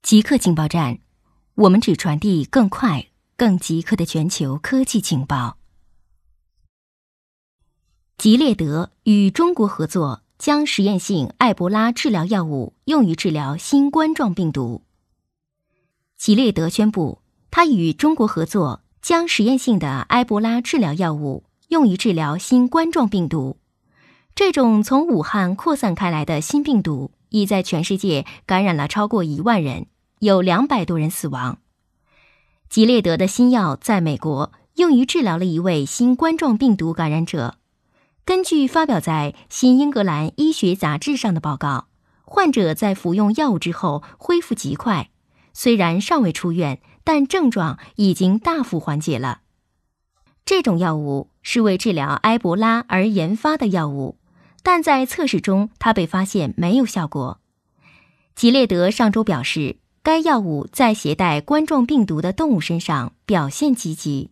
极客情报站，我们只传递更快、更极客的全球科技情报。吉列德与中国合作，将实验性埃博拉治疗药物用于治疗新冠状病毒。吉列德宣布，他与中国合作，将实验性的埃博拉治疗药物用于治疗新冠状病毒。这种从武汉扩散开来的新病毒，已在全世界感染了超过1万人，有200多人死亡。吉列德的新药在美国用于治疗了一位新冠状病毒感染者。根据发表在《新英格兰医学杂志》上的报告，患者在服用药物之后恢复极快，虽然尚未出院，但症状已经大幅缓解了。这种药物是为治疗埃博拉而研发的药物，但在测试中它被发现没有效果。吉列德上周表示，该药物在携带冠状病毒的动物身上表现积极。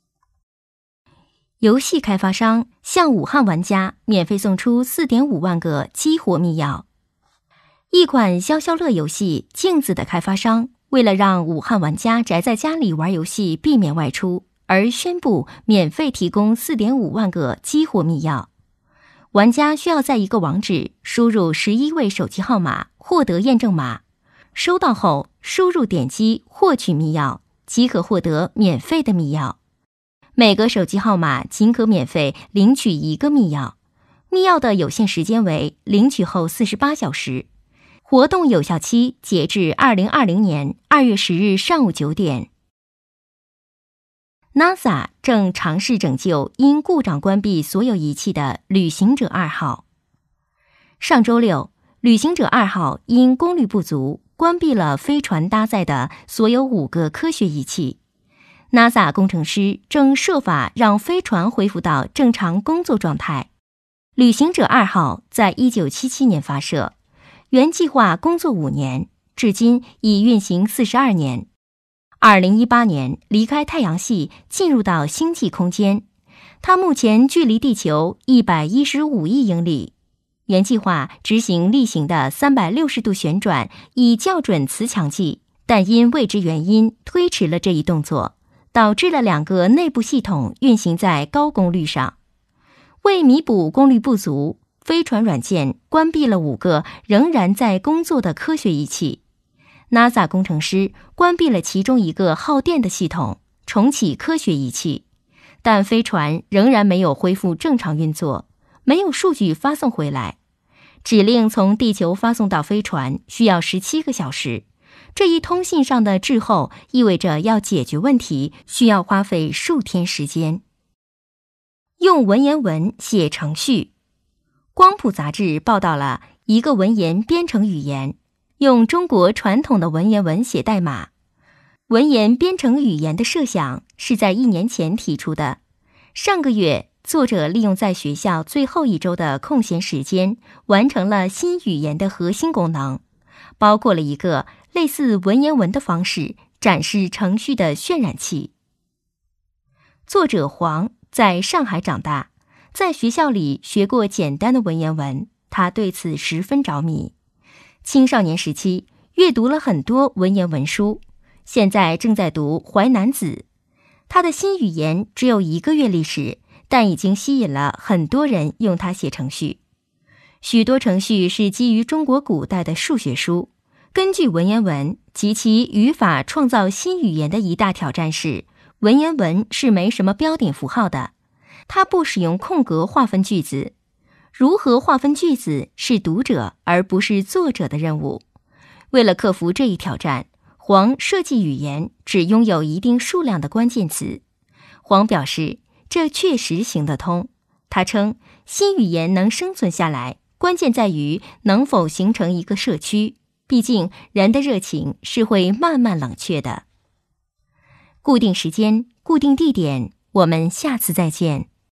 游戏开发商向武汉玩家免费送出 4.5 万个激活密钥。一款消消乐游戏镜子的开发商，为了让武汉玩家宅在家里玩游戏避免外出，而宣布免费提供 4.5 万个激活密钥。玩家需要在一个网址输入11位手机号码，获得验证码，收到后输入点击获取密钥，即可获得免费的密钥。每个手机号码仅可免费领取1个密钥，密钥的有限时间为领取后48小时，活动有效期截至2020年2月10日上午9点。NASA 正尝试拯救因故障关闭所有仪器的旅行者2号。上周六，旅行者2号因功率不足，关闭了飞船搭载的所有5个科学仪器。NASA 工程师正设法让飞船恢复到正常工作状态。旅行者2号在1977年发射，原计划工作5年，至今已运行42年。2018年离开太阳系，进入到星际空间。它目前距离地球115亿英里。原计划执行例行的360度旋转，以校准磁强计，但因未知原因推迟了这一动作，导致了2个内部系统运行在高功率上。为弥补功率不足，飞船软件关闭了5个仍然在工作的科学仪器。NASA 工程师关闭了其中一个耗电的系统，重启科学仪器，但飞船仍然没有恢复正常运作，没有数据发送回来。指令从地球发送到飞船需要17个小时。这一通信上的滞后意味着要解决问题需要花费数天时间。用文言文写程序。光谱杂志报道了一个文言编程语言，用中国传统的文言文写代码。文言编程语言的设想是在1年前提出的。上个月，作者利用在学校最后1周的空闲时间，完成了新语言的核心功能，包括了一个类似文言文的方式展示程序的渲染器。作者黄在上海长大，在学校里学过简单的文言文，他对此十分着迷。青少年时期阅读了很多文言文书，现在正在读《淮南子》。他的新语言只有1个月历史，但已经吸引了很多人用它写程序。许多程序是基于中国古代的数学书。根据文言文及其语法创造新语言的一大挑战是，文言文是没什么标点符号的，它不使用空格划分句子。如何划分句子是读者而不是作者的任务。为了克服这一挑战，黄设计语言只拥有一定数量的关键词。黄表示，这确实行得通。他称，新语言能生存下来，关键在于能否形成一个社区。毕竟，人的热情是会慢慢冷却的。固定时间，固定地点，我们下次再见。